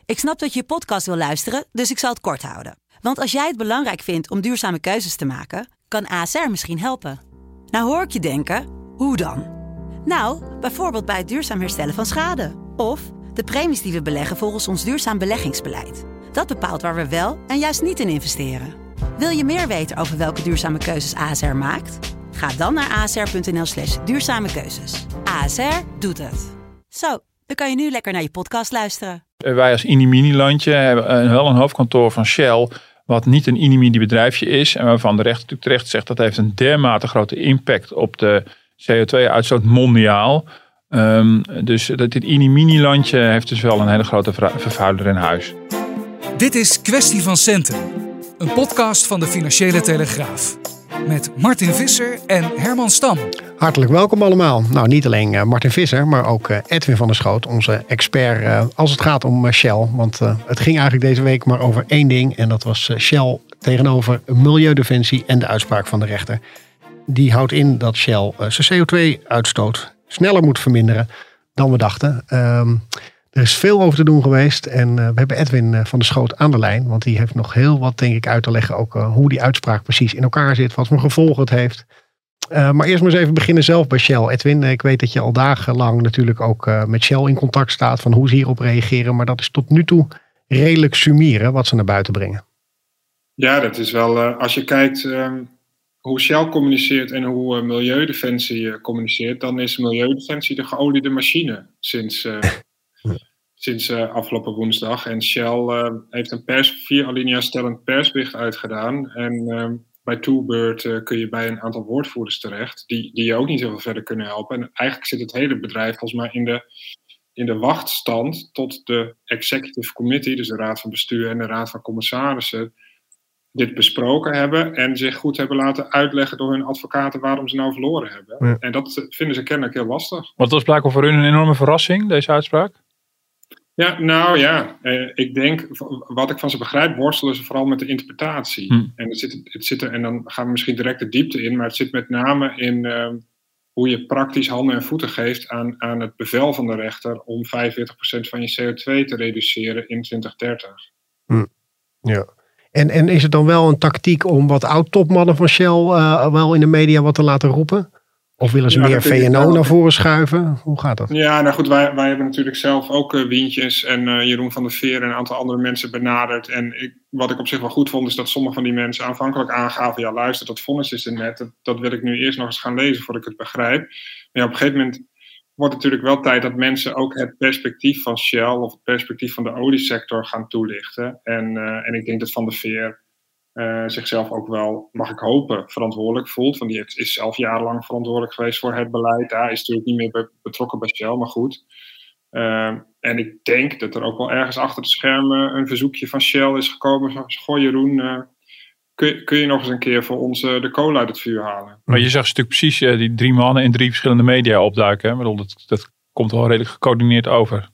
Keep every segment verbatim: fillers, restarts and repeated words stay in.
Ik snap dat je je podcast wil luisteren, dus ik zal het kort houden. Want als jij het belangrijk vindt om duurzame keuzes te maken, kan A S R misschien helpen. Nou hoor ik je denken, hoe dan? Nou, bijvoorbeeld bij het duurzaam herstellen van schade. Of de premies die we beleggen volgens ons duurzaam beleggingsbeleid. Dat bepaalt waar we wel en juist niet in investeren. Wil je meer weten over welke duurzame keuzes A S R maakt? Ga dan naar asr.nl slash duurzame keuzes. A S R doet het. Zo, dan kan je nu lekker naar je podcast luisteren. Wij als Inimini-landje hebben wel een hoofdkantoor van Shell, wat niet een Inimini bedrijfje is. En waarvan de rechter natuurlijk terecht zegt dat heeft een dermate grote impact op de C O twee uitstoot mondiaal. Um, dus dat dit Inimini-landje heeft dus wel een hele grote vervuiler in huis. Dit is Kwestie van Centen. Een podcast van de Financiële Telegraaf. Met Martin Visser en Herman Stam. Hartelijk welkom allemaal. Nou, niet alleen uh, Martin Visser, maar ook uh, Edwin van der Schoot, onze expert uh, als het gaat om uh, Shell. Want uh, het ging eigenlijk deze week maar over één ding. En dat was uh, Shell tegenover Milieudefensie en de uitspraak van de rechter. Die houdt in dat Shell uh, zijn C O twee uitstoot sneller moet verminderen dan we dachten. Um, er is veel over te doen geweest. En uh, we hebben Edwin uh, van der Schoot aan de lijn. Want die heeft nog heel wat, denk ik, uit te leggen. Ook uh, hoe die uitspraak precies in elkaar zit. Wat voor gevolgen het heeft. Uh, maar eerst maar eens even beginnen zelf bij Shell. Edwin, ik weet dat je al dagenlang natuurlijk ook uh, met Shell in contact staat. Van hoe ze hierop reageren. Maar dat is tot nu toe redelijk sumier wat ze naar buiten brengen. Ja, dat is wel... Uh, als je kijkt uh, hoe Shell communiceert en hoe uh, Milieudefensie uh, communiceert. Dan is Milieudefensie de geoliede machine sinds... Uh, Sinds uh, afgelopen woensdag. En Shell uh, heeft een pers, vier alinea stellend persbericht uitgedaan. En uh, bij Toolbeurt uh, kun je bij een aantal woordvoerders terecht. Die, die je ook niet heel veel verder kunnen helpen. En eigenlijk zit het hele bedrijf volgens mij in de, in de wachtstand tot de Executive Committee, dus de Raad van Bestuur en de Raad van Commissarissen, dit besproken hebben. En zich goed hebben laten uitleggen door hun advocaten waarom ze nou verloren hebben. Ja. En dat vinden ze kennelijk heel lastig. Wat was blijkbaar voor hun een enorme verrassing, deze uitspraak? Ja, nou ja, eh, ik denk, wat ik van ze begrijp, worstelen ze vooral met de interpretatie. Hm. En, het zit, het zit er, en dan gaan we misschien direct de diepte in, maar het zit met name in uh, hoe je praktisch handen en voeten geeft aan, aan het bevel van de rechter om vijfenveertig procent van je C O twee te reduceren in twintig dertig. Hm. Ja. En, en is het dan wel een tactiek om wat oud-topmannen van Shell uh, wel in de media wat te laten roepen? Of willen ze ja, meer V en O naar voren schuiven? Hoe gaat dat? Ja, nou goed, wij, wij hebben natuurlijk zelf ook uh, Wientjes en uh, Jeroen van der Veer en een aantal andere mensen benaderd. En ik, wat ik op zich wel goed vond, is dat sommige van die mensen aanvankelijk aangaven, ja luister, dat vonnis is er net. Dat, dat wil ik nu eerst nog eens gaan lezen voordat ik het begrijp. Maar ja, op een gegeven moment wordt het natuurlijk wel tijd dat mensen ook het perspectief van Shell of het perspectief van de oliesector gaan toelichten. En, uh, en ik denk dat Van der Veer Uh, zichzelf ook wel, mag ik hopen, verantwoordelijk voelt. Want die is zelf jarenlang verantwoordelijk geweest voor het beleid. Hij is natuurlijk niet meer betrokken bij Shell, maar goed. Uh, en ik denk dat er ook wel ergens achter de schermen een verzoekje van Shell is gekomen. Van, goh Jeroen, uh, kun, kun je nog eens een keer voor ons uh, de kool uit het vuur halen? Maar je zag natuurlijk precies uh, die drie mannen in drie verschillende media opduiken. Hè? Bedoel, dat, dat komt wel redelijk gecoördineerd over.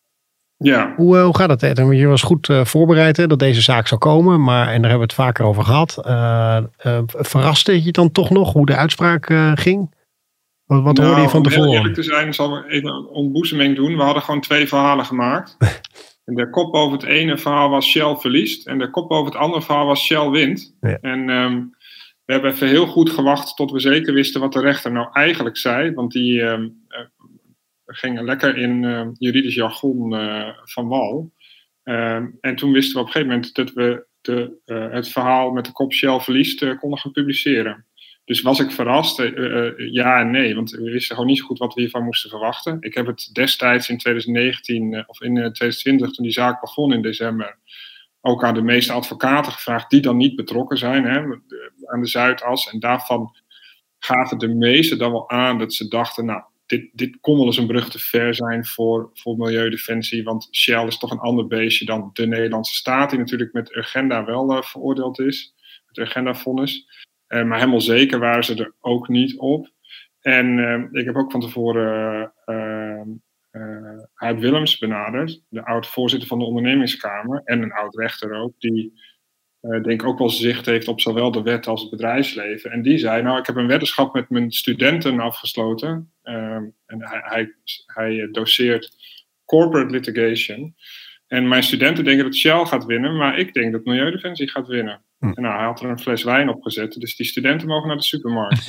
Ja. Hoe, uh, hoe gaat het, Ed? Je was goed uh, voorbereid hè, dat deze zaak zou komen. Maar, en daar hebben we het vaker over gehad. Uh, uh, verraste je dan toch nog hoe de uitspraak uh, ging? Wat, wat nou, hoorde je van tevoren? Om eerlijk te zijn, zal ik even een ontboezeming doen. We hadden gewoon twee verhalen gemaakt. En de kop boven het ene verhaal was Shell verliest. En de kop boven het andere verhaal was Shell wint. Ja. En um, we hebben even heel goed gewacht tot we zeker wisten wat de rechter nou eigenlijk zei. Want die... Um, uh, We gingen lekker in uh, juridisch jargon uh, van wal. Uh, en toen wisten we op een gegeven moment dat we de, uh, het verhaal met de kop Shell verliest uh, konden gaan publiceren. Dus was ik verrast? Uh, uh, ja en nee, want we wisten gewoon niet zo goed wat we hiervan moesten verwachten. Ik heb het destijds in twintig negentien uh, of in uh, twintig twintig, toen die zaak begon in december, ook aan de meeste advocaten gevraagd die dan niet betrokken zijn hè, aan de Zuidas. En daarvan gaven de meesten dan wel aan dat ze dachten, nou, Dit, dit kon wel eens een brug te ver zijn voor, voor Milieudefensie. Want Shell is toch een ander beestje dan de Nederlandse staat. Die natuurlijk met Urgenda wel uh, veroordeeld is. Het Urgenda-vonnis. Uh, maar helemaal zeker waren ze er ook niet op. En uh, ik heb ook van tevoren uh, uh, Huib Willems benaderd. De oud-voorzitter van de ondernemingskamer. En een oud-rechter ook. Die uh, denk ik ook wel zicht heeft op zowel de wet als het bedrijfsleven. En die zei, nou ik heb een weddenschap met mijn studenten afgesloten. Um, en hij, hij, hij doseert corporate litigation. En mijn studenten denken dat Shell gaat winnen, maar ik denk dat Milieudefensie gaat winnen. Hm. En nou, hij had er een fles wijn op gezet, dus die studenten mogen naar de supermarkt.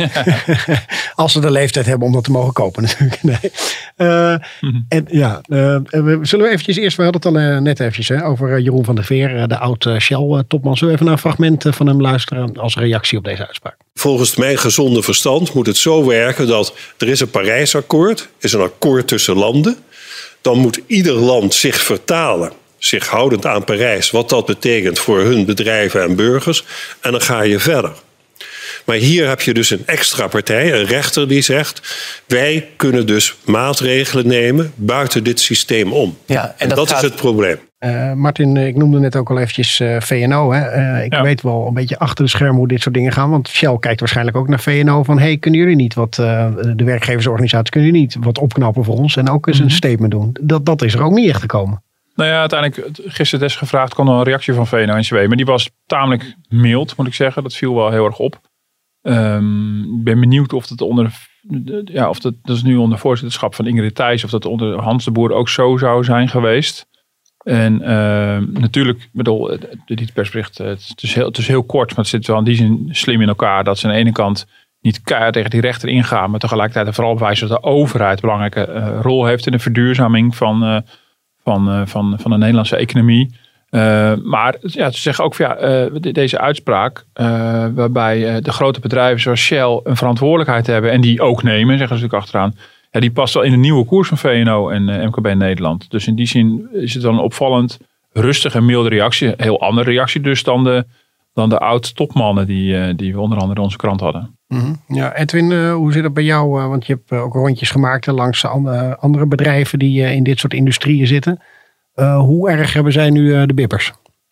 Als ze de leeftijd hebben om dat te mogen kopen natuurlijk. Nee. Uh, mm-hmm. En ja, uh, zullen we eventjes eerst, we hadden het al uh, net eventjes hè, over uh, Jeroen van der Veer, uh, de oud uh, Shell-topman. Zullen we even naar een fragment uh, van hem luisteren als reactie op deze uitspraak? Volgens mijn gezonde verstand moet het zo werken dat er is een Parijsakkoord, is een akkoord tussen landen. Dan moet ieder land zich vertalen, zich houdend aan Parijs, wat dat betekent voor hun bedrijven en burgers. En dan ga je verder. Maar hier heb je dus een extra partij, een rechter die zegt, wij kunnen dus maatregelen nemen buiten dit systeem om. Ja, en, en dat, dat gaat... is het probleem. Uh, Martin, ik noemde net ook al eventjes uh, V N O. Hè? Uh, ik ja. weet wel een beetje achter de schermen hoe dit soort dingen gaan. Want Shell kijkt waarschijnlijk ook naar V N O van, hey, kunnen jullie niet wat, uh, de werkgeversorganisaties, kunnen jullie niet wat opknappen voor ons en ook eens mm-hmm. een statement doen. Dat, dat is er ook niet echt gekomen. Nou ja, uiteindelijk, gisteren des gevraagd, kwam er een reactie van V N O en N C W. Maar die was tamelijk mild, moet ik zeggen. Dat viel wel heel erg op. Ik um, ben benieuwd of het onder, ja, of dat, dat is nu onder voorzitterschap van Ingrid Thijs, of dat onder Hans de Boer ook zo zou zijn geweest. En uh, natuurlijk, bedoel, dit persbericht, het is, heel, het is heel kort, maar het zit wel in die zin slim in elkaar. Dat ze aan de ene kant niet keihard tegen die rechter ingaan, maar tegelijkertijd er vooral op wijzen dat de overheid een belangrijke uh, rol heeft in de verduurzaming van, uh, van, uh, van, van de Nederlandse economie. Uh, maar ja, ze zeggen ook van ja, uh, deze uitspraak, uh, waarbij uh, de grote bedrijven zoals Shell een verantwoordelijkheid hebben en die ook nemen, zeggen ze natuurlijk achteraan. Ja, die past wel in de nieuwe koers van V N O en uh, M K B Nederland. Dus in die zin is het wel een opvallend rustige en milde reactie. Een heel andere reactie dus dan de, dan de oud-topmannen die, uh, die we onder andere in onze krant hadden. Mm-hmm. Ja, Edwin, uh, hoe zit het bij jou? Uh, want je hebt uh, ook rondjes gemaakt uh, langs uh, andere bedrijven die uh, in dit soort industrieën zitten. Uh, hoe erg hebben zij nu uh, de bippers?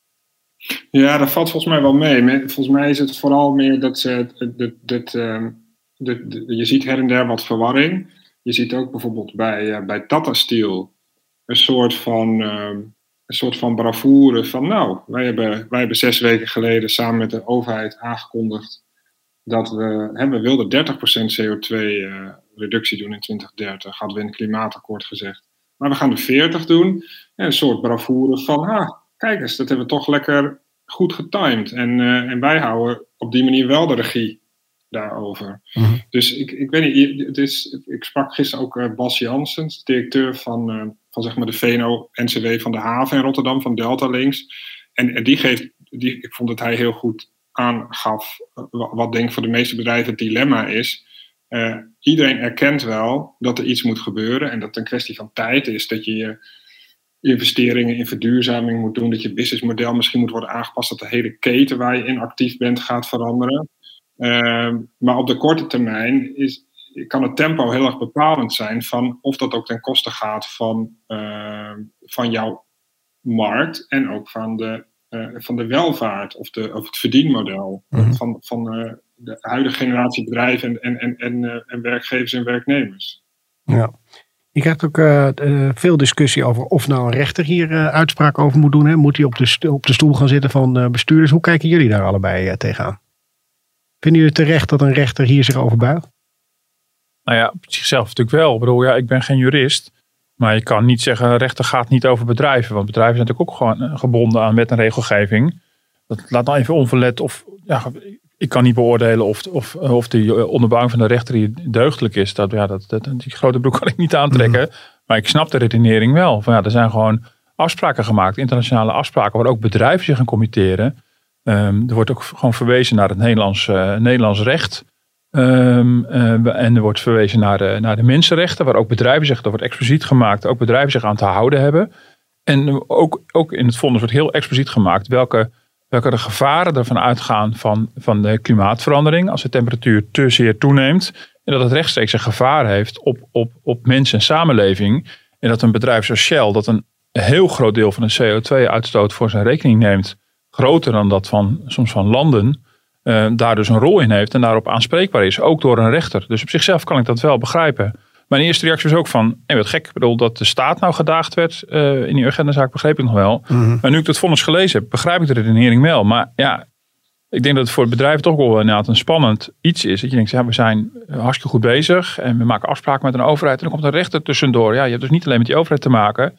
Ja, dat valt volgens mij wel mee. Volgens mij is het vooral meer dat ze... Dat, dat, uh, dat, dat, je ziet her en der wat verwarring. Je ziet ook bijvoorbeeld bij, uh, bij Tata Steel een soort van, uh, een soort van bravoure van nou, wij hebben, wij hebben zes weken geleden samen met de overheid aangekondigd dat we, hè, we wilden dertig procent C O twee uh, reductie doen in twintig dertig, hadden we in het klimaatakkoord gezegd. Maar we gaan er veertig doen. En een soort bravoure van, ah, kijk eens, dat hebben we toch lekker goed getimed. En, uh, en wij houden op die manier wel de regie daarover. Mm-hmm. Dus ik, ik weet niet, het is, ik sprak gisteren ook uh, Bas Janssens, directeur van, uh, van zeg maar de V N O N C W van de haven in Rotterdam, van Delta Links. En, en die geeft, die, ik vond dat hij heel goed aangaf, uh, wat denk ik voor de meeste bedrijven het dilemma is. Uh, iedereen erkent wel dat er iets moet gebeuren en dat het een kwestie van tijd is, dat je je investeringen in verduurzaming moet doen, dat je businessmodel misschien moet worden aangepast, dat de hele keten waar je in actief bent gaat veranderen. Uh, maar op de korte termijn is, kan het tempo heel erg bepalend zijn van of dat ook ten koste gaat van, uh, van jouw markt en ook van de, uh, van de welvaart of, de, of het verdienmodel mm-hmm. van, van uh, de huidige generatie bedrijven en, en, en, uh, en werkgevers en werknemers. Ja. Je krijgt ook uh, uh, veel discussie over of nou een rechter hier uh, uitspraak over moet doen. Hè? Moet hij op de, st- op de stoel gaan zitten van uh, bestuurders? Hoe kijken jullie daar allebei uh, tegenaan? Vinden jullie terecht dat een rechter hier zich over buigt? Nou ja, op zichzelf natuurlijk wel. Ik bedoel, ja, ik ben geen jurist. Maar je kan niet zeggen, een rechter gaat niet over bedrijven. Want bedrijven zijn natuurlijk ook gewoon gebonden aan wet en regelgeving. Dat laat nou even onverlet. Of, ja, ik kan niet beoordelen of, of, of die onderbouwing van de rechter hier deugdelijk is. Dat, ja, dat, dat, die grote broek kan ik niet aantrekken. Mm. Maar ik snap de redenering wel. Van, ja, er zijn gewoon afspraken gemaakt. Internationale afspraken waar ook bedrijven zich gaan committeren. Um, er wordt ook gewoon verwezen naar het Nederlands, uh, Nederlands recht. Um, uh, en er wordt verwezen naar de, naar de mensenrechten. Waar ook bedrijven zich, dat wordt expliciet gemaakt. Ook bedrijven zich aan te houden hebben. En ook, ook in het vonnis wordt heel expliciet gemaakt. Welke, welke de gevaren ervan uitgaan van, van de klimaatverandering. Als de temperatuur te zeer toeneemt. En dat het rechtstreeks een gevaar heeft op, op, op mens en samenleving. En dat een bedrijf zoals Shell. Dat een heel groot deel van de C O twee uitstoot voor zijn rekening neemt. Groter dan dat van soms van landen, uh, daar dus een rol in heeft en daarop aanspreekbaar is, ook door een rechter. Dus op zichzelf kan ik dat wel begrijpen. Mijn eerste reactie was ook van, hey, wat gek, ik bedoel dat de staat nou gedaagd werd uh, in die Urgenda-zaak, begreep ik nog wel. Mm-hmm. Maar nu ik dat vonnis gelezen heb, begrijp ik de redenering wel. Maar ja, ik denk dat het voor het bedrijf toch wel inderdaad een spannend iets is. Dat je denkt, ja, we zijn hartstikke goed bezig en we maken afspraken met een overheid en dan komt een rechter tussendoor. Ja, je hebt dus niet alleen met die overheid te maken.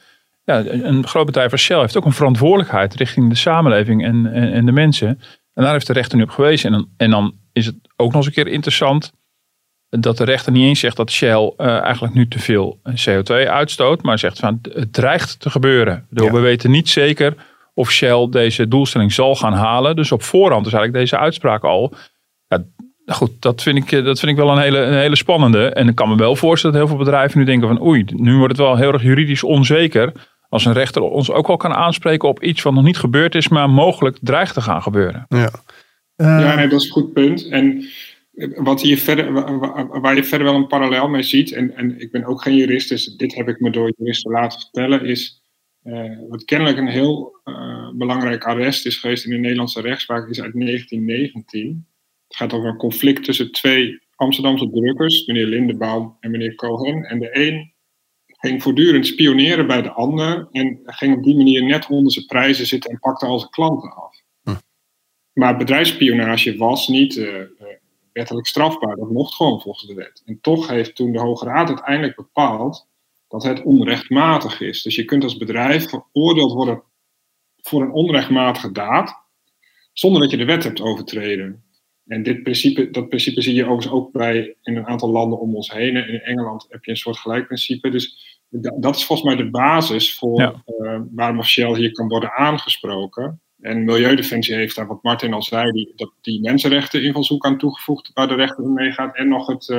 ja, een groot bedrijf als Shell heeft ook een verantwoordelijkheid richting de samenleving en, en, en de mensen. En daar heeft de rechter nu op gewezen. En dan, en dan is het ook nog eens een keer interessant dat de rechter niet eens zegt dat Shell uh, eigenlijk nu te veel C O twee uitstoot. Maar zegt van het dreigt te gebeuren. Ja. We weten niet zeker of Shell deze doelstelling zal gaan halen. Dus op voorhand is eigenlijk deze uitspraak al. Ja, goed, dat vind ik, dat vind ik wel een hele, een hele spannende. En ik kan me wel voorstellen dat heel veel bedrijven nu denken van oei, nu wordt het wel heel erg juridisch onzeker. Als een rechter ons ook al kan aanspreken op iets wat nog niet gebeurd is, maar mogelijk dreigt te gaan gebeuren. Ja, uh, ja nee, dat is een goed punt. En wat hier verder, waar je verder wel een parallel mee ziet, en, en ik ben ook geen jurist, dus dit heb ik me door juristen laten vertellen, is uh, wat kennelijk een heel uh, belangrijk arrest is geweest in de Nederlandse rechtspraak, is uit negentien negentien. Het gaat over een conflict tussen twee Amsterdamse drukkers, meneer Lindenbaum en meneer Cohen. En de een ging voortdurend spioneren bij de ander en ging op die manier net onder zijn prijzen zitten en pakte al zijn klanten af. Hm. Maar bedrijfsspionage was niet uh, wettelijk strafbaar. Dat mocht gewoon volgens de wet. En toch heeft toen de Hoge Raad uiteindelijk bepaald dat het onrechtmatig is. Dus je kunt als bedrijf veroordeeld worden voor een onrechtmatige daad zonder dat je de wet hebt overtreden. En dit principe, dat principe zie je overigens ook bij in een aantal landen om ons heen. In Engeland heb je een soort gelijk principe. Dus dat is volgens mij de basis voor ja. uh, waarom Shell hier kan worden aangesproken. En Milieudefensie heeft daar, wat Martin al zei, die, dat, die mensenrechten invalshoek aan toegevoegd, waar de rechter mee gaat. En nog het uh,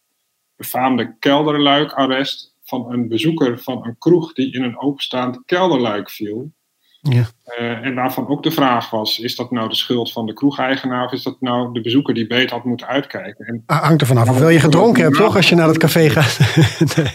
befaamde kelderluikarrest van een bezoeker van een kroeg die in een openstaand kelderluik viel. Ja. Uh, en waarvan ook de vraag was, is dat nou de schuld van de kroegeigenaar of is dat nou de bezoeker die beter had moeten uitkijken? En, ah, hangt er vanaf hoeveel je gedronken hebt, toch, als je naar het café gaat? Nee.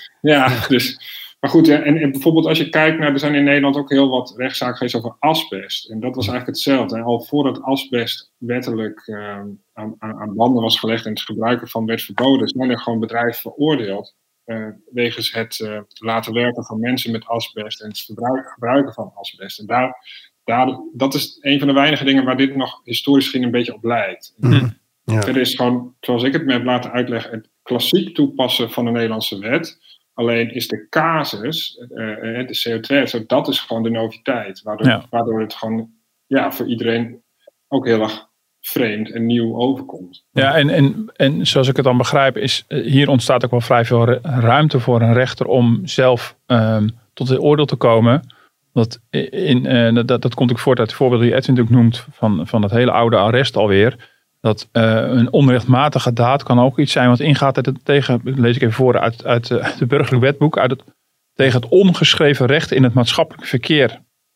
Ja, dus, maar goed, en, en bijvoorbeeld als je kijkt naar, er zijn in Nederland ook heel wat rechtszaken geweest over asbest. En dat was eigenlijk hetzelfde. Hè. Al voordat asbest wettelijk uh, aan, aan, aan banden was gelegd en het gebruiken van werd verboden, zijn er gewoon bedrijven veroordeeld. Uh, wegens het uh, laten werken van mensen met asbest en het verbruik, gebruiken van asbest. En daar, daar, dat is een van de weinige dingen waar dit nog historisch gezien een beetje op lijkt. Mm. Ja. Verder is het gewoon, zoals ik het me heb laten uitleggen, het klassiek toepassen van de Nederlandse wet. Alleen is de casus, uh, de C O twee, dat is gewoon de noviteit. Waardoor, ja. waardoor het gewoon ja, voor iedereen ook heel erg vreemd en nieuw overkomt. Ja, en, en, en zoals ik het dan begrijp, is hier ontstaat ook wel vrij veel ruimte voor een rechter om zelf um, tot het oordeel te komen. Dat, in, uh, dat, dat komt ook voort uit het voorbeeld die Edwin natuurlijk noemt van, van dat hele oude arrest alweer. Dat uh, een onrechtmatige daad kan ook iets zijn wat ingaat uit het tegen, lees ik even voor uit, uit het burgerlijk wetboek, uit het, tegen het ongeschreven recht in het maatschappelijk verkeer.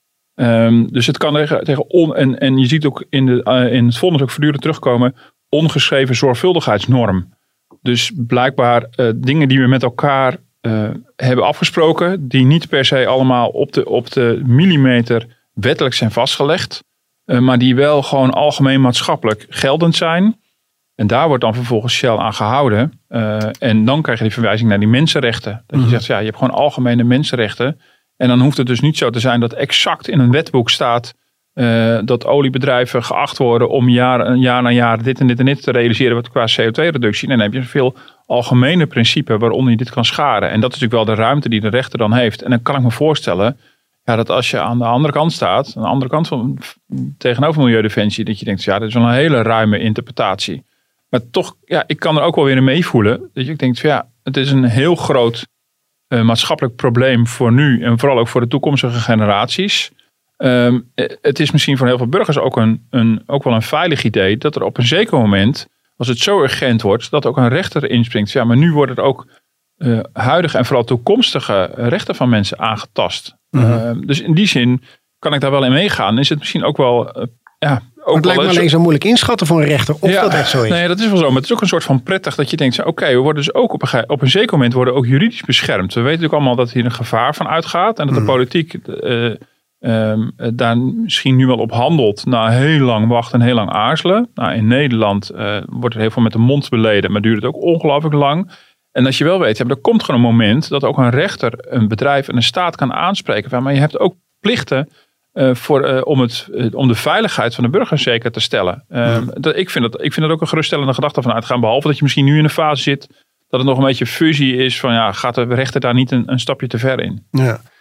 Um, dus het kan tegen, tegen on, en, en je ziet ook in, de, uh, in het vonnis ook voortdurend terugkomen, ongeschreven zorgvuldigheidsnorm. Dus blijkbaar uh, dingen die we met elkaar uh, hebben afgesproken, die niet per se allemaal op de, op de millimeter wettelijk zijn vastgelegd, uh, maar die wel gewoon algemeen maatschappelijk geldend zijn. En daar wordt dan vervolgens Shell aan gehouden. Uh, en dan krijg je die verwijzing naar die mensenrechten. Dat je mm-hmm. zegt, ja, je hebt gewoon algemene mensenrechten. En dan hoeft het dus niet zo te zijn dat exact in een wetboek staat uh, dat oliebedrijven geacht worden om jaar, jaar na jaar dit en dit en dit te realiseren wat qua C O twee reductie. En dan heb je een veel algemene principe waaronder je dit kan scharen. En dat is natuurlijk wel de ruimte die de rechter dan heeft. En dan kan ik me voorstellen ja, dat als je aan de andere kant staat, aan de andere kant van tegenover Milieudefensie, dat je denkt, ja, dat is wel een hele ruime interpretatie. Maar toch, ja, ik kan er ook wel weer in meevoelen. Dat je denkt, ja, het is een heel groot Uh, maatschappelijk probleem voor nu en vooral ook voor de toekomstige generaties. Um, het is misschien voor heel veel burgers ook, een, een, ook wel een veilig idee dat er op een zeker moment, als het zo urgent wordt, dat ook een rechter inspringt. Ja, maar nu worden er ook uh, huidige en vooral toekomstige rechten van mensen aangetast. Mm-hmm. Uh, dus in die zin kan ik daar wel in meegaan. Is het misschien ook wel... Uh, ja, Ook het lijkt me alleen zo moeilijk inschatten voor een rechter of ja, dat echt zo is. Nee, dat is wel zo. Maar het is ook een soort van prettig dat je denkt, oké, okay, we worden dus ook op een, op een zeker moment worden ook juridisch beschermd. We weten natuurlijk allemaal dat hier een gevaar van uitgaat. En dat de mm. politiek uh, um, daar misschien nu wel op handelt na heel lang wachten en heel lang aarzelen. Nou, in Nederland uh, wordt er heel veel met de mond beleden, maar duurt het ook ongelooflijk lang. En als je wel weet, ja, er komt gewoon een moment dat ook een rechter een bedrijf en een staat kan aanspreken. Van, maar je hebt ook plichten Uh, voor, uh, om, het, uh, om de veiligheid van de burgers zeker te stellen. Uh, ja. dat, ik, vind dat, ik vind dat ook een geruststellende gedachte van uitgaan. Behalve dat je misschien nu in een fase zit dat het nog een beetje fusie is van ja, gaat de rechter daar niet een, een stapje te ver in? Ja.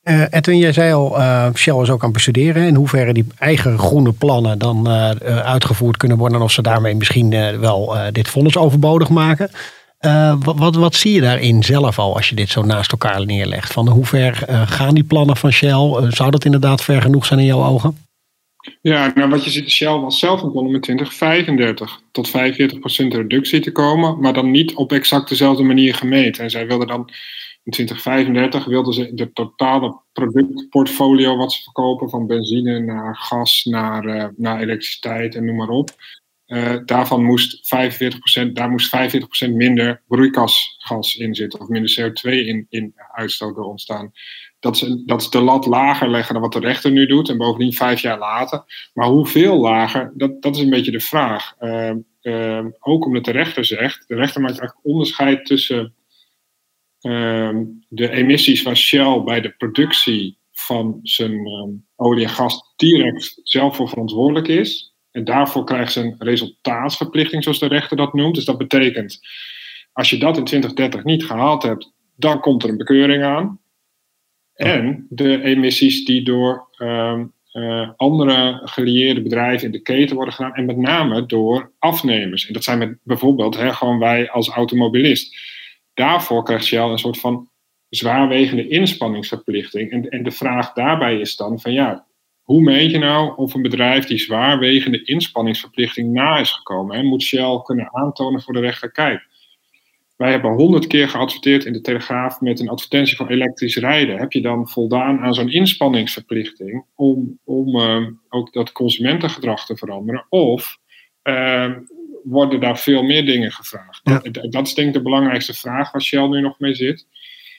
Uh, Edwin, jij zei al, uh, Shell is ook aan het bestuderen in hoeverre die eigen groene plannen dan uh, uh, uitgevoerd kunnen worden en of ze daarmee misschien uh, wel uh, dit vonnis overbodig maken. Uh, wat, wat, wat zie je daarin zelf al als je dit zo naast elkaar neerlegt? Van hoe ver uh, gaan die plannen van Shell? Uh, zou dat inderdaad ver genoeg zijn in jouw ogen? Ja, nou wat je ziet, Shell was zelf een plan om in twintig vijfendertig tot vijfenveertig procent reductie te komen, maar dan niet op exact dezelfde manier gemeten. En zij wilden dan in twintig vijfendertig wilden ze de totale productportfolio wat ze verkopen, van benzine naar gas, naar, uh, naar elektriciteit en noem maar op. Uh, daarvan moest vijfenveertig procent, daar moest vijfenveertig procent minder broeikasgas in zitten, of minder C O twee in, in uitstoot door ontstaan. Dat is, dat is de lat lager leggen dan wat de rechter nu doet, en bovendien vijf jaar later. Maar hoeveel lager, dat, dat is een beetje de vraag. Uh, uh, ook omdat de rechter zegt, de rechter maakt eigenlijk onderscheid tussen uh, de emissies waar Shell bij de productie van zijn um, olie en gas direct zelf voor verantwoordelijk is. En daarvoor krijgt ze een resultaatsverplichting, zoals de rechter dat noemt. Dus dat betekent, als je dat in twintig dertig niet gehaald hebt, dan komt er een bekeuring aan. En de emissies die door um, uh, andere gelieerde bedrijven in de keten worden gedaan. En met name door afnemers. En dat zijn met, bijvoorbeeld hè, gewoon wij als automobilist. Daarvoor krijgt Shell een soort van zwaarwegende inspanningsverplichting. En, en de vraag daarbij is dan van ja, hoe meet je nou of een bedrijf die zwaarwegende inspanningsverplichting na is gekomen? Hè? Moet Shell kunnen aantonen voor de rechter, kijk, wij hebben honderd keer geadverteerd in de Telegraaf met een advertentie voor elektrisch rijden. Heb je dan voldaan aan zo'n inspanningsverplichting om, om uh, ook dat consumentengedrag te veranderen? Of uh, worden daar veel meer dingen gevraagd? Ja. Dat, dat is denk ik de belangrijkste vraag waar Shell nu nog mee zit.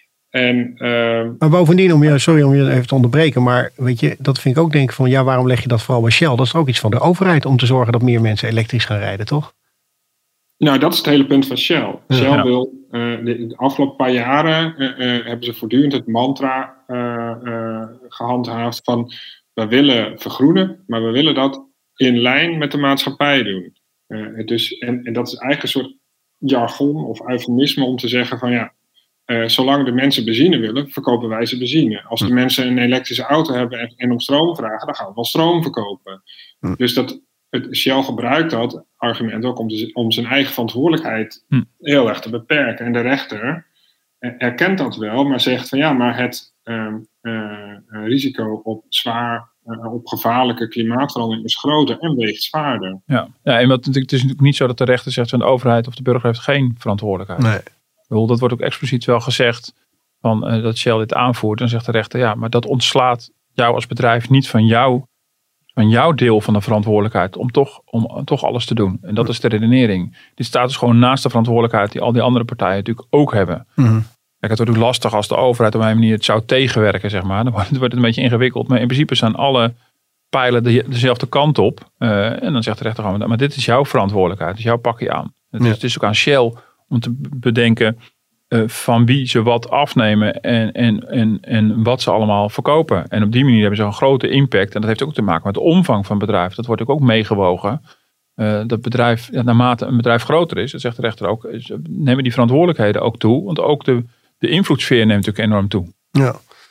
En, uh, maar bovendien, om je, sorry om je even te onderbreken, maar weet je, dat vind ik ook denk van ja, waarom leg je dat vooral bij Shell? Dat is ook iets van de overheid om te zorgen dat meer mensen elektrisch gaan rijden, toch? Nou, dat is het hele punt van Shell. Ja. Shell wil, uh, de, de afgelopen paar jaren uh, uh, hebben ze voortdurend het mantra uh, uh, gehandhaafd van we willen vergroenen, maar we willen dat in lijn met de maatschappij doen. Uh, dus, en, en dat is eigenlijk een soort jargon of eufemisme om te zeggen van ja, Uh, zolang de mensen benzine willen, verkopen wij ze benzine. Als de mensen een elektrische auto hebben en, en om stroom vragen, dan gaan we wel stroom verkopen. Hm. Dus dat, het, Shell gebruikt dat argument ook om, de, om zijn eigen verantwoordelijkheid hm. heel erg te beperken. En de rechter erkent dat wel, maar zegt van ja, maar het uh, uh, risico op zwaar, uh, op gevaarlijke klimaatverandering is groter en weegt zwaarder. Ja, ja en wat, het is natuurlijk niet zo dat de rechter zegt van de overheid of de burger heeft geen verantwoordelijkheid. Nee. Dat wordt ook expliciet wel gezegd van, uh, dat Shell dit aanvoert. Dan zegt de rechter, ja, maar dat ontslaat jou als bedrijf niet van, jou, van jouw deel van de verantwoordelijkheid om toch, om toch alles te doen. En dat is de redenering. Dit staat dus gewoon naast de verantwoordelijkheid die al die andere partijen natuurlijk ook hebben. Mm-hmm. Kijk, het wordt ook lastig als de overheid op een manier het zou tegenwerken, zeg maar. Dan wordt het een beetje ingewikkeld. Maar in principe zijn alle pijlen de, dezelfde kant op. Uh, en dan zegt de rechter gewoon, maar dit is jouw verantwoordelijkheid. Dus jou pak je aan. Het is, ja. het is ook aan Shell om te bedenken uh, van wie ze wat afnemen en, en, en, en wat ze allemaal verkopen. En op die manier hebben ze een grote impact. En dat heeft ook te maken met de omvang van het bedrijf. Dat wordt ook meegewogen. Uh, dat bedrijf, ja, naarmate een bedrijf groter is, dat zegt de rechter ook, nemen die verantwoordelijkheden ook toe. Want ook de, de invloedssfeer neemt natuurlijk enorm toe. Ja.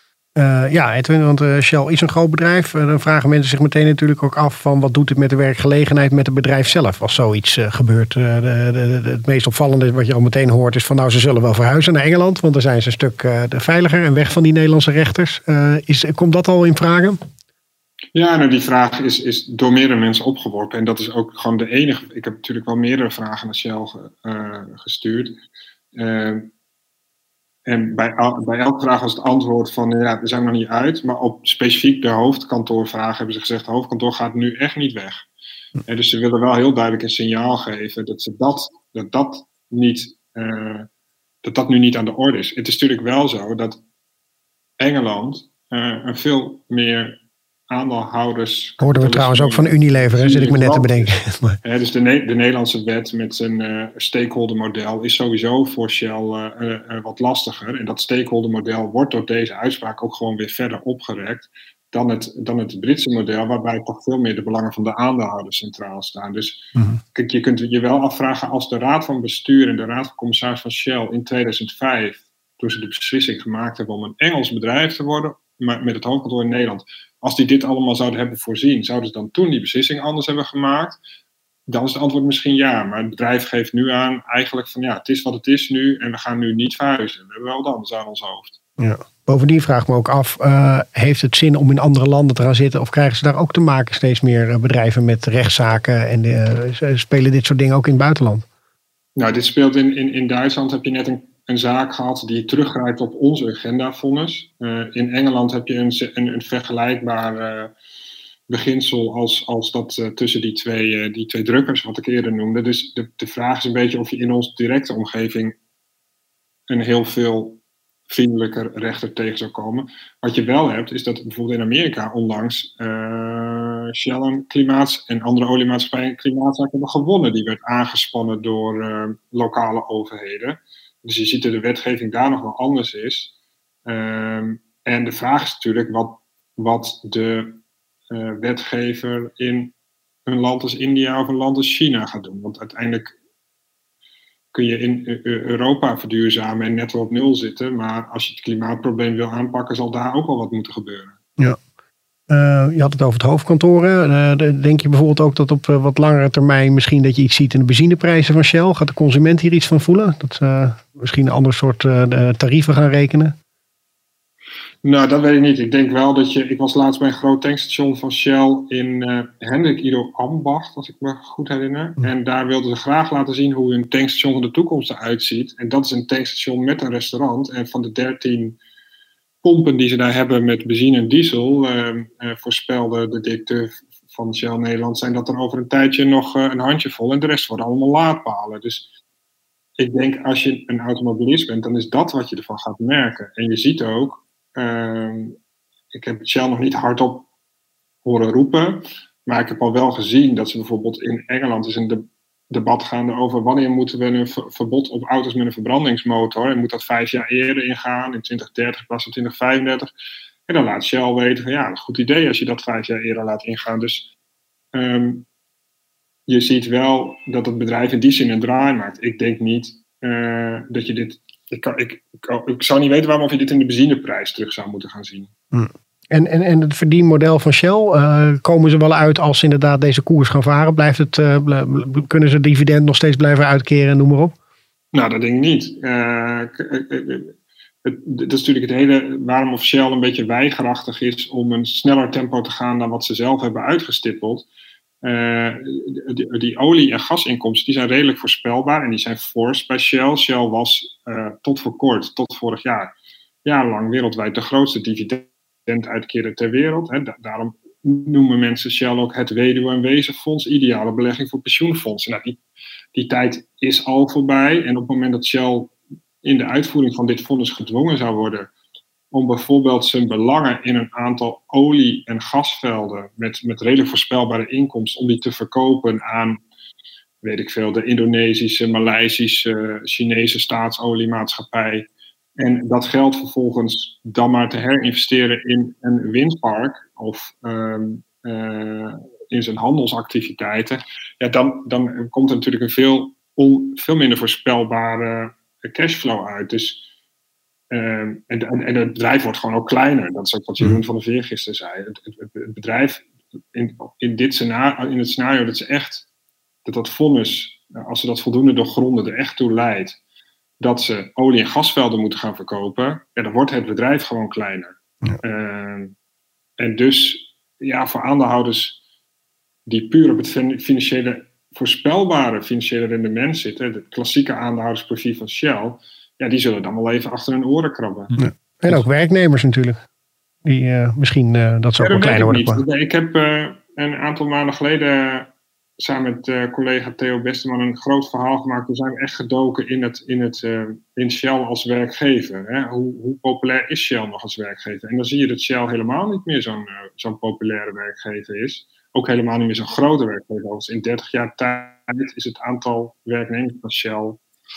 Uh, ja, Edwin, want uh, Shell is een groot bedrijf. Uh, dan vragen mensen zich meteen natuurlijk ook af van wat doet het met de werkgelegenheid met het bedrijf zelf als zoiets uh, gebeurt. Uh, de, de, de, het meest opvallende wat je al meteen hoort is van nou ze zullen wel verhuizen naar Engeland, want dan zijn ze een stuk uh, veiliger en weg van die Nederlandse rechters. Uh, is, komt dat al in vraag? Ja, nou die vraag is, is door meerdere mensen opgeworpen en dat is ook gewoon de enige. Ik heb natuurlijk wel meerdere vragen naar Shell uh, gestuurd. Uh, En bij, bij elke vraag was het antwoord van, ja, we zijn nog niet uit. Maar op specifiek de hoofdkantoorvraag hebben ze gezegd, het hoofdkantoor gaat nu echt niet weg. En dus ze willen wel heel duidelijk een signaal geven dat ze dat, dat, dat, niet, uh, dat dat nu niet aan de orde is. Het is natuurlijk wel zo dat Engeland uh, een veel meer aandeelhouders... Hoorden we trouwens ook van Unilever, hè, zit ik me net te bedenken. Ja, dus de, ne- de Nederlandse wet met zijn uh, stakeholdermodel is sowieso voor Shell uh, uh, uh, wat lastiger. En dat stakeholdermodel wordt door deze uitspraak ook gewoon weer verder opgerekt dan het, dan het Britse model, waarbij toch veel meer de belangen van de aandeelhouders centraal staan. Dus mm-hmm. kijk, je kunt je wel afvragen als de Raad van Bestuur en de Raad van Commissaris van Shell in tweeduizend vijf, toen ze de beslissing gemaakt hebben om een Engels bedrijf te worden, maar met het hoofdkantoor in Nederland. Als die dit allemaal zouden hebben voorzien, zouden ze dan toen die beslissing anders hebben gemaakt? Dan is het antwoord misschien ja. Maar het bedrijf geeft nu aan eigenlijk van ja, het is wat het is nu en we gaan nu niet verhuizen. We hebben wel wat anders aan ons hoofd. Ja. Bovendien vraag ik me ook af, uh, heeft het zin om in andere landen te gaan zitten? Of krijgen ze daar ook te maken steeds meer bedrijven met rechtszaken? En uh, spelen dit soort dingen ook in het buitenland? Nou, dit speelt in, in, in Duitsland heb je net een, een zaak gehad die teruggrijpt op ons agendavonnis. Uh, in Engeland heb je een, een, een vergelijkbaar uh, beginsel als, als dat uh, tussen die twee, uh, die twee drukkers, wat ik eerder noemde. Dus de, de vraag is een beetje of je in onze directe omgeving een heel veel vriendelijker rechter tegen zou komen. Wat je wel hebt, is dat bijvoorbeeld in Amerika onlangs uh, Shell en, klimaats- en andere oliemaatschappijen een klimaatzaak hebben gewonnen. Die werd aangespannen door uh, lokale overheden. Dus je ziet dat de wetgeving daar nog wel anders is. Um, en de vraag is natuurlijk wat, wat de uh, wetgever in een land als India of een land als China gaat doen. Want uiteindelijk kun je in Europa verduurzamen en net wel op nul zitten. Maar als je het klimaatprobleem wil aanpakken, zal daar ook wel wat moeten gebeuren. Ja. Uh, je had het over het hoofdkantoren. Uh, denk je bijvoorbeeld ook dat op uh, wat langere termijn misschien dat je iets ziet in de benzineprijzen van Shell? Gaat de consument hier iets van voelen? Dat ze uh, misschien een ander soort uh, tarieven gaan rekenen? Nou, dat weet ik niet. Ik denk wel dat je... Ik was laatst bij een groot tankstation van Shell in uh, Hendrik Ido Ambacht, als ik me goed herinner. Ja. En daar wilden ze graag laten zien hoe een tankstation van de toekomst eruit ziet. En dat is een tankstation met een restaurant. En van de dertien pompen die ze daar hebben met benzine en diesel, uh, uh, voorspelde de directeur van Shell Nederland, zijn dat er over een tijdje nog uh, een handjevol en de rest worden allemaal laadpalen. Dus ik denk, als je een automobilist bent, dan is dat wat je ervan gaat merken. En je ziet ook, Uh, ik heb Shell nog niet hardop horen roepen, maar ik heb al wel gezien dat ze bijvoorbeeld in Engeland is een de- debat gaande over wanneer moeten we een ver- verbod op auto's met een verbrandingsmotor. En moet dat vijf jaar eerder ingaan, in twintig dertig in plaats van twintig vijfendertig. En dan laat Shell weten van ja, een goed idee als je dat vijf jaar eerder laat ingaan. Dus um, je ziet wel dat het bedrijf in die zin een draai maakt. Ik denk niet uh, dat je dit... Ik, kan, ik, ik, ik zou niet weten waarom of je dit in de benzineprijs terug zou moeten gaan zien. Hmm. En, en, en het verdienmodel van Shell, uh, komen ze wel uit als ze inderdaad deze koers gaan varen? Blijft het, uh, bl- kunnen ze dividend nog steeds blijven uitkeren, noem maar op? Nou, dat denk ik niet. Uh, het, het is natuurlijk het hele, waarom of Shell een beetje weigerachtig is om een sneller tempo te gaan dan wat ze zelf hebben uitgestippeld. Uh, die, die olie- en gasinkomsten die zijn redelijk voorspelbaar en die zijn fors bij Shell. Shell was uh, tot voor kort, tot vorig jaar, jarenlang wereldwijd de grootste dividenduitkerer ter wereld. Hè. Da- daarom noemen mensen Shell ook het weduwe- en wezenfonds, ideale belegging voor pensioenfondsen. Nou, die, die tijd is al voorbij en op het moment dat Shell in de uitvoering van dit fonds gedwongen zou worden om bijvoorbeeld zijn belangen in een aantal olie- en gasvelden met, met redelijk voorspelbare inkomsten, om die te verkopen aan, weet ik veel, de Indonesische, Maleisische, Chinese staatsoliemaatschappij. En dat geld vervolgens dan maar te herinvesteren in een windpark of um, uh, in zijn handelsactiviteiten. Ja, dan, dan komt er natuurlijk een veel, on, veel minder voorspelbare cashflow uit. Dus Um, en, en, en het bedrijf wordt gewoon ook kleiner. Dat is ook wat Jeroen van der Veer gisteren zei. Het, het, het bedrijf, in, in, dit scenario, in het scenario dat ze echt, dat dat vonnis, als ze dat voldoende doorgronden, er echt toe leidt, dat ze olie- en gasvelden moeten gaan verkopen, ja, dan wordt het bedrijf gewoon kleiner. Ja. Um, en dus, ja, voor aandeelhouders die puur op het financiële, voorspelbare financiële rendement zitten, het klassieke aandeelhoudersprofiel van Shell, ja, die zullen dan wel even achter hun oren krabben. Ja. En ook werknemers natuurlijk. Die uh, misschien uh, dat ze ook ja, wel kleiner worden. Ik, ik heb uh, een aantal maanden geleden samen met uh, collega Theo Besteman een groot verhaal gemaakt. We zijn echt gedoken in, het, in, het, uh, in Shell als werkgever. Hè? Hoe, hoe populair is Shell nog als werkgever? En dan zie je dat Shell helemaal niet meer zo'n, uh, zo'n populaire werkgever is. Ook helemaal niet meer zo'n grote werkgever. Dus in dertig jaar tijd is het aantal werknemers van Shell,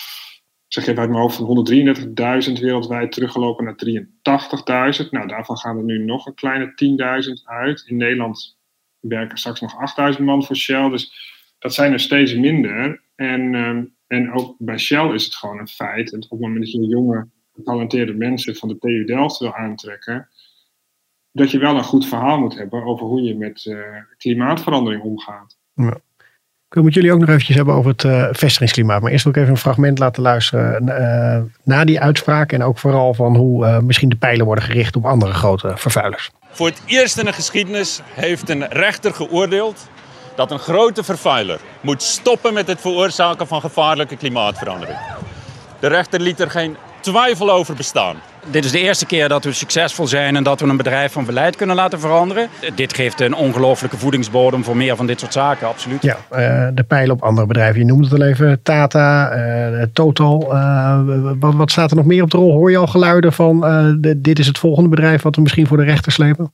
ik zeg even uit mijn hoofd, van honderddrieëndertigduizend wereldwijd teruggelopen naar drieëntachtigduizend. Nou, daarvan gaan er nu nog een kleine tienduizend uit. In Nederland werken straks nog achtduizend man voor Shell. Dus dat zijn er steeds minder. En, um, en ook bij Shell is het gewoon een feit. En op het moment dat je jonge, getalenteerde mensen van de T U Delft wil aantrekken, dat je wel een goed verhaal moet hebben over hoe je met uh, klimaatverandering omgaat. Ja. Ik wil met jullie ook nog eventjes hebben over het uh, vestigingsklimaat. Maar eerst wil ik even een fragment laten luisteren uh, na die uitspraak. En ook vooral van hoe uh, misschien de pijlen worden gericht op andere grote vervuilers. Voor het eerst in de geschiedenis heeft een rechter geoordeeld dat een grote vervuiler moet stoppen met het veroorzaken van gevaarlijke klimaatverandering. De rechter liet er geen twijfel over bestaan. Dit is de eerste keer dat we succesvol zijn en dat we een bedrijf van beleid kunnen laten veranderen. Dit geeft een ongelooflijke voedingsbodem voor meer van dit soort zaken, absoluut. Ja, uh, de pijlen op andere bedrijven. Je noemde het al even, Tata, uh, Total. Uh, wat, wat staat er nog meer op de rol? Hoor je al geluiden van uh, de, dit is het volgende bedrijf wat we misschien voor de rechter slepen?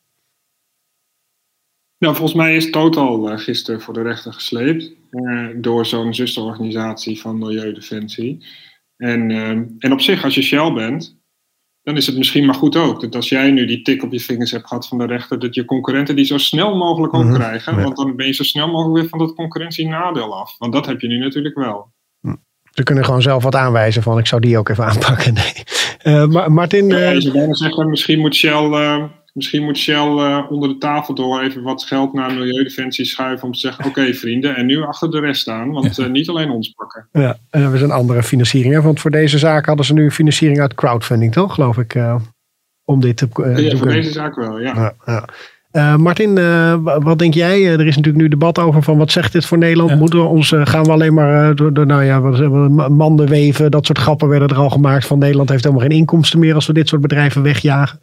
Nou, volgens mij is Total uh, gisteren voor de rechter gesleept uh, door zo'n zusterorganisatie van Milieudefensie. En, uh, en op zich, als je Shell bent, dan is het misschien maar goed ook. Dat als jij nu die tik op je vingers hebt gehad van de rechter, dat je concurrenten die zo snel mogelijk ook mm-hmm. krijgen. Ja. Want dan ben je zo snel mogelijk weer van dat concurrentienadeel af. Want dat heb je nu natuurlijk wel. Ze kunnen gewoon zelf wat aanwijzen van ik zou die ook even aanpakken. Nee. Uh, maar Martin... Uh... Ja, je zou bijna zeggen, misschien moet Shell... Uh, Misschien moet Shell uh, onder de tafel door even wat geld naar Milieudefensie schuiven om te zeggen, oké okay, vrienden, en nu achter de rest staan, want uh, niet alleen ons pakken. Ja, en er is een andere financiering, hè? Want voor deze zaak hadden ze nu financiering uit crowdfunding, toch, geloof ik, uh, om dit te uh, Ja, voor kunnen. Deze zaak wel, ja. ja, ja. Uh, Martin, uh, wat denk jij? Uh, er is natuurlijk nu debat over van wat zegt dit voor Nederland? Ja. Moeten we ons, uh, gaan we alleen maar uh, door, door nou ja, wat, uh, manden weven, dat soort grappen werden er al gemaakt van Nederland heeft helemaal geen inkomsten meer als we dit soort bedrijven wegjagen?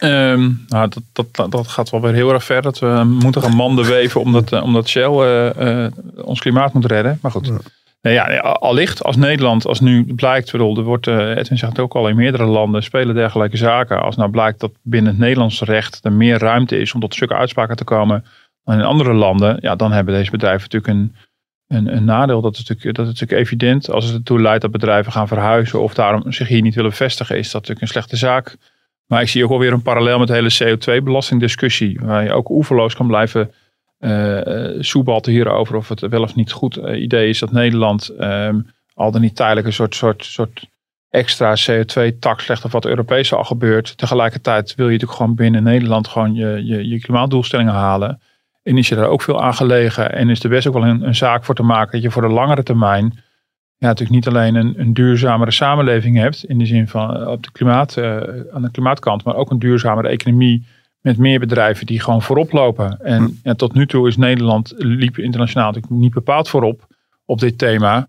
Um, nou, dat, dat, dat gaat wel weer heel erg ver. Dat we moeten gaan manden weven omdat, uh, omdat Shell uh, uh, ons klimaat moet redden. Maar goed, ja. Nee, ja, allicht als Nederland, als nu blijkt, bedoel, er wordt, uh, Edwin zegt het ook al, in meerdere landen spelen dergelijke zaken. Als nou blijkt dat binnen het Nederlandse recht er meer ruimte is om tot zulke uitspraken te komen dan in andere landen. Ja, dan hebben deze bedrijven natuurlijk een, een, een nadeel. Dat is, natuurlijk, dat is natuurlijk evident. Als het ertoe leidt dat bedrijven gaan verhuizen of daarom zich hier niet willen vestigen, is dat natuurlijk een slechte zaak. Maar ik zie ook wel weer een parallel met de hele C O twee belastingdiscussie. Waar je ook oeverloos kan blijven uh, soebalten hierover. Of het wel of niet goed uh, idee is dat Nederland um, al dan niet tijdelijk een soort, soort, soort extra C O twee tax legt. Of wat Europees al gebeurt. Tegelijkertijd wil je natuurlijk gewoon binnen Nederland gewoon je, je, je klimaatdoelstellingen halen. En is je daar ook veel aan gelegen. En is er best ook wel een, een zaak voor te maken dat je voor de langere termijn ja, natuurlijk niet alleen een, een duurzamere samenleving hebt, in de zin van uh, op de klimaat, uh, aan de klimaatkant, maar ook een duurzamere economie met meer bedrijven die gewoon voorop lopen. En, hm. en tot nu toe is Nederland, liep internationaal natuurlijk niet bepaald voorop op dit thema.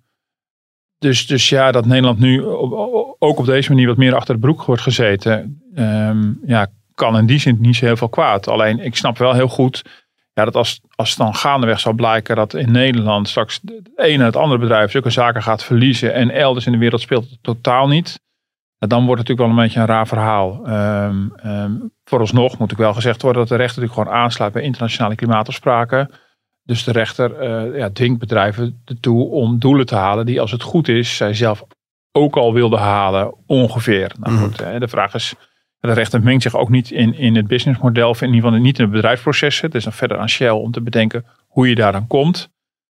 Dus, dus ja, dat Nederland nu op, ook op deze manier wat meer achter de broek wordt gezeten, um, ja, kan in die zin niet zo heel veel kwaad. Alleen ik snap wel heel goed, ja, dat als, als het dan gaandeweg zou blijken dat in Nederland straks het ene en het andere bedrijf zulke zaken gaat verliezen en elders in de wereld speelt het totaal niet. Dan wordt het natuurlijk wel een beetje een raar verhaal. Um, um, vooralsnog moet ik wel gezegd worden dat de rechter natuurlijk gewoon aansluit bij internationale klimaatafspraken. Dus de rechter uh, ja, dwingt bedrijven ertoe om doelen te halen die als het goed is zij zelf ook al wilden halen ongeveer. Nou, mm. goed, hè, de vraag is, de rechter mengt zich ook niet in, in het businessmodel, of in ieder geval niet in de bedrijfsprocessen. Het is dan verder aan Shell om te bedenken hoe je daar dan komt.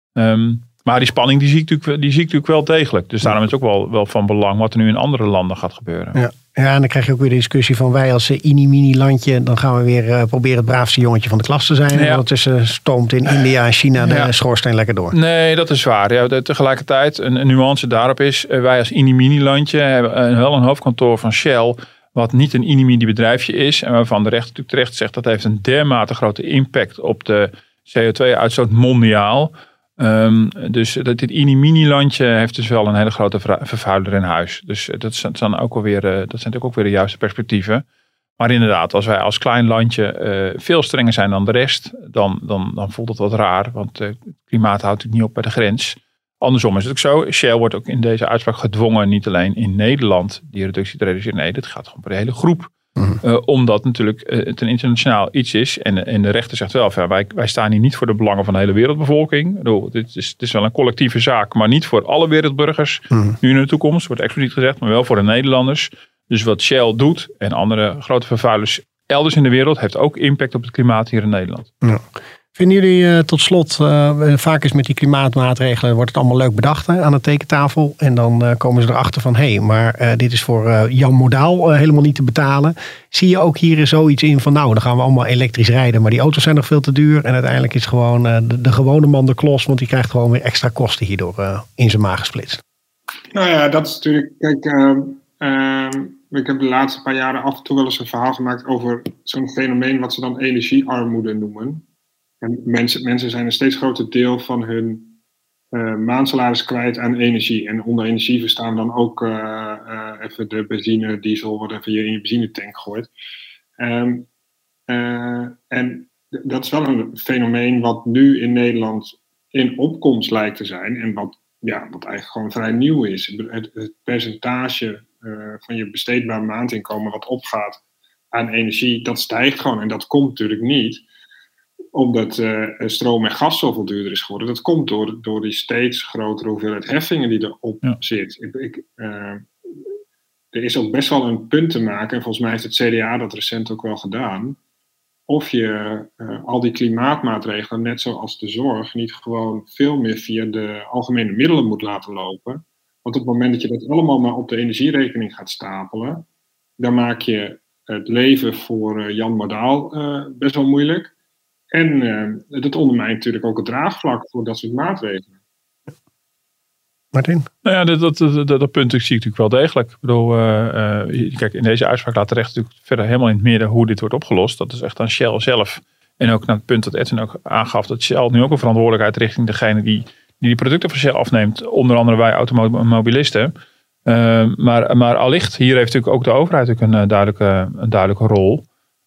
Um, maar die spanning die zie, ik natuurlijk, die zie ik natuurlijk wel degelijk. Dus daarom is het ook wel, wel van belang wat er nu in andere landen gaat gebeuren. Ja, ja, en dan krijg je ook weer de discussie van wij als ini-mini landje, dan gaan we weer uh, proberen het braafste jongetje van de klas te zijn. Ja. En ondertussen stoomt in India en China de ja. schoorsteen lekker door. Nee, dat is waar. Ja, de, tegelijkertijd, een, een nuance daarop is, uh, wij als ini-mini landje hebben uh, wel een hoofdkantoor van Shell, wat niet een mini-mini bedrijfje is en waarvan de rechter natuurlijk terecht zegt dat heeft een dermate grote impact op de C O twee uitstoot mondiaal. Um, dus dat dit mini-mini landje heeft dus wel een hele grote vervuiler in huis. Dus dat zijn, dan ook alweer, dat zijn natuurlijk ook weer de juiste perspectieven. Maar inderdaad, als wij als klein landje uh, veel strenger zijn dan de rest, dan, dan, dan voelt het wat raar. Want uh, het klimaat houdt natuurlijk niet op bij de grens. Andersom is het ook zo. Shell wordt ook in deze uitspraak gedwongen, niet alleen in Nederland die reductie te reduceren. Nee, dit gaat gewoon bij de hele groep. Mm-hmm. Uh, omdat natuurlijk uh, het een internationaal iets is. En, en de rechter zegt wel, ja, wij, wij staan hier niet voor de belangen van de hele wereldbevolking. Bedoel, dit is, het is wel een collectieve zaak, maar niet voor alle wereldburgers. Mm-hmm. Nu in de toekomst, wordt expliciet gezegd, maar wel voor de Nederlanders. Dus wat Shell doet en andere grote vervuilers elders in de wereld heeft ook impact op het klimaat hier in Nederland. Ja. Vinden jullie uh, tot slot, uh, vaak is met die klimaatmaatregelen wordt het allemaal leuk bedacht hè, aan de tekentafel. En dan uh, komen ze erachter van, hé, hey, maar uh, dit is voor uh, Jan Modaal uh, helemaal niet te betalen. Zie je ook hier zoiets in van, nou, dan gaan we allemaal elektrisch rijden. Maar die auto's zijn nog veel te duur. En uiteindelijk is gewoon uh, de, de gewone man de klos, want die krijgt gewoon weer extra kosten hierdoor uh, in zijn maag gesplitst. Nou ja, dat is natuurlijk, kijk, uh, uh, ik heb de laatste paar jaren af en toe wel eens een verhaal gemaakt over zo'n fenomeen wat ze dan energiearmoede noemen. En mensen, mensen zijn een steeds groter deel van hun uh, maandsalaris kwijt aan energie. En onder energie verstaan we dan ook uh, uh, even de benzine, diesel, wat even je in je benzinetank gooit. Um, uh, en dat is wel een fenomeen wat nu in Nederland in opkomst lijkt te zijn. En wat, ja, wat eigenlijk gewoon vrij nieuw is. Het, het percentage uh, van je besteedbaar maandinkomen wat opgaat aan energie, dat stijgt gewoon. En dat komt natuurlijk niet omdat uh, stroom en gas zoveel duurder is geworden. Dat komt door, door die steeds grotere hoeveelheid heffingen die erop ja. zit. Ik, ik, uh, er is ook best wel een punt te maken, en volgens mij heeft het C D A dat recent ook wel gedaan, of je uh, al die klimaatmaatregelen, net zoals de zorg, niet gewoon veel meer via de algemene middelen moet laten lopen. Want op het moment dat je dat allemaal maar op de energierekening gaat stapelen, dan maak je het leven voor uh, Jan Modaal uh, best wel moeilijk. En uh, dat ondermijnt natuurlijk ook het draagvlak voor dat soort maatregelen. Martin? Nou ja, dat, dat, dat, dat punt zie ik natuurlijk wel degelijk. Ik bedoel, uh, uh, kijk, in deze uitspraak laat de rechter natuurlijk verder helemaal in het midden hoe dit wordt opgelost. Dat is echt aan Shell zelf. En ook naar het punt dat Edwin ook aangaf, dat Shell nu ook een verantwoordelijkheid richting degene die die, die producten van Shell afneemt. Onder andere wij automobilisten. Uh, maar, maar allicht, hier heeft natuurlijk ook de overheid ook een, duidelijke, een duidelijke rol.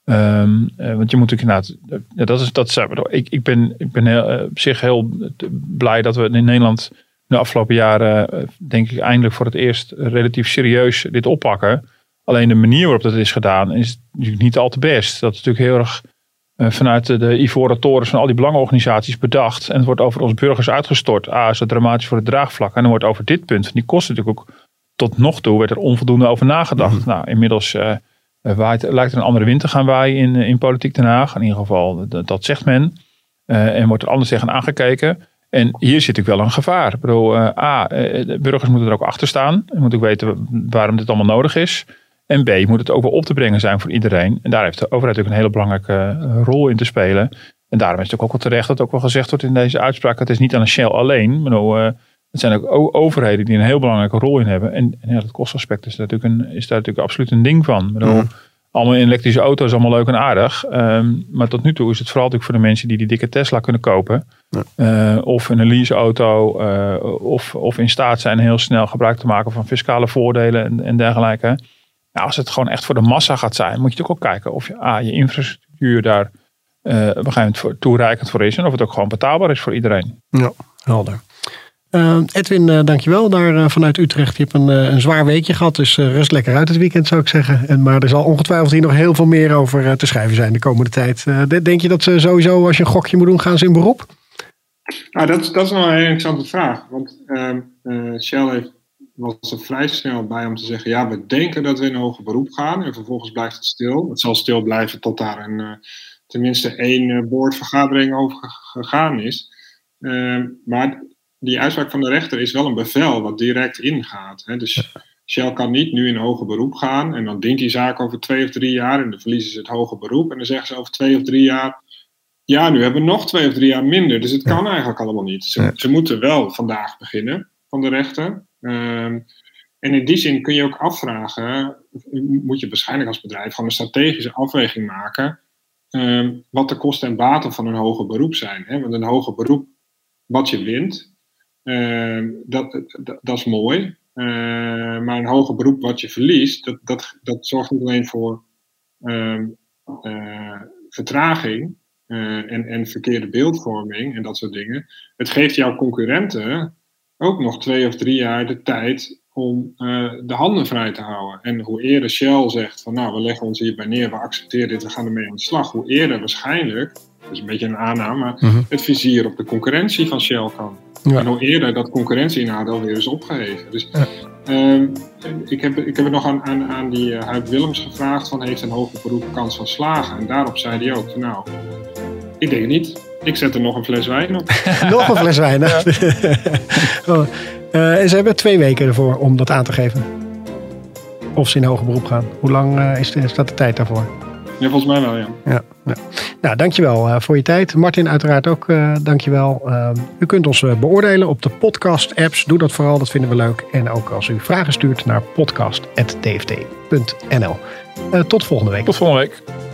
Um, uh, want je moet natuurlijk inderdaad, uh, dat is, dat is, ik, ik ben, ik ben heel, uh, op zich heel blij dat we in Nederland de afgelopen jaren, uh, denk ik, eindelijk voor het eerst relatief serieus dit oppakken. Alleen de manier waarop dat is gedaan is natuurlijk niet al te best. Dat is natuurlijk heel erg uh, vanuit de, de ivoren torens van al die belangenorganisaties bedacht. En het wordt over onze burgers uitgestort. Ah, is dat dramatisch voor het draagvlak. En dan wordt over dit punt, van die kosten natuurlijk ook tot nog toe, werd er onvoldoende over nagedacht. Mm-hmm. Nou, inmiddels Uh, Uh, waait, lijkt er een andere wind te gaan waaien in, in politiek Den Haag. In ieder geval, dat, dat zegt men. Uh, en wordt er anders tegen aangekeken. En hier zit natuurlijk wel een gevaar. Ik bedoel, uh, A, uh, de burgers moeten er ook achter staan. En moeten ook weten waarom dit allemaal nodig is. En B, moet het ook wel op te brengen zijn voor iedereen. En daar heeft de overheid ook een hele belangrijke uh, rol in te spelen. En daarom is het ook wel terecht dat ook wel gezegd wordt in deze uitspraak. Het is niet aan Shell alleen. Ik bedoel, uh, het zijn ook overheden die een heel belangrijke rol in hebben. En, en ja, dat kostaspect is daar natuurlijk, een, is daar natuurlijk absoluut een ding van. Ik bedoel, mm. allemaal in elektrische auto's, allemaal leuk en aardig. Um, maar tot nu toe is het vooral natuurlijk voor de mensen die die dikke Tesla kunnen kopen. Ja. Uh, of in een leaseauto. Uh, of, of in staat zijn heel snel gebruik te maken van fiscale voordelen en, en dergelijke. Nou, als het gewoon echt voor de massa gaat zijn, moet je natuurlijk ook kijken of je, ah, je infrastructuur daar uh, op een gegeven moment voor, toereikend voor is. En of het ook gewoon betaalbaar is voor iedereen. Ja, helder. Uh, Edwin, uh, dankjewel daar uh, vanuit Utrecht. Je hebt een, uh, een zwaar weekje gehad, dus uh, rust lekker uit het weekend zou ik zeggen. En, maar er zal ongetwijfeld hier nog heel veel meer over uh, te schrijven zijn de komende tijd. Uh, denk je dat ze sowieso, als je een gokje moet doen, gaan ze in beroep? Nou, dat, dat is nog een hele interessante vraag. Want uh, uh, Shell heeft, was er vrij snel bij om te zeggen, ja, we denken dat we in hoger beroep gaan. En vervolgens blijft het stil. Het zal stil blijven tot daar een, uh, tenminste één uh, boordvergadering over gegaan is. Uh, maar die uitspraak van de rechter is wel een bevel wat direct ingaat. Hè? Dus Shell kan niet nu in hoger beroep gaan en dan dient die zaak over twee of drie jaar en dan verliezen ze het hoger beroep en dan zeggen ze over twee of drie jaar, ja, nu hebben we nog twee of drie jaar minder, dus het kan eigenlijk allemaal niet. Ze, ze moeten wel vandaag beginnen van de rechter. Um, en in die zin kun je ook afvragen, moet je waarschijnlijk als bedrijf gewoon een strategische afweging maken, um, wat de kosten en baten van een hoger beroep zijn. Hè? Want een hoger beroep, wat je wint, Uh, dat, dat, dat is mooi, uh, maar een hoger beroep wat je verliest, dat, dat, dat zorgt niet alleen voor uh, uh, vertraging uh, en, en verkeerde beeldvorming en dat soort dingen. Het geeft jouw concurrenten ook nog twee of drie jaar de tijd om uh, de handen vrij te houden. En hoe eerder Shell zegt van nou, we leggen ons hierbij neer, we accepteren dit, we gaan ermee aan de slag, hoe eerder waarschijnlijk, dat is een beetje een aanname, maar mm-hmm. het vizier op de concurrentie van Shell kan. Ja. En hoe eerder dat concurrentienadeel weer is opgeheven. Dus ja. um, ik, heb, ik heb het nog aan, aan, aan die uh, Huib Willems gevraagd van heeft een hoger beroep kans van slagen? En daarop zei hij ook van nou, ik denk het niet. Ik zet er nog een fles wijn op. Nog een fles wijn. Ja. oh. uh, en ze hebben twee weken ervoor om dat aan te geven. Of ze in hoger beroep gaan. Hoe lang uh, is, is dat de tijd daarvoor? Ja, volgens mij wel, ja. ja, ja. Nou, dankjewel uh, voor je tijd. Martin, uiteraard ook uh, dankjewel. Uh, u kunt ons uh, beoordelen op de podcast-apps. Doe dat vooral, dat vinden we leuk. En ook als u vragen stuurt naar podcast punt d f t punt n l. Uh, tot volgende week. Tot volgende week.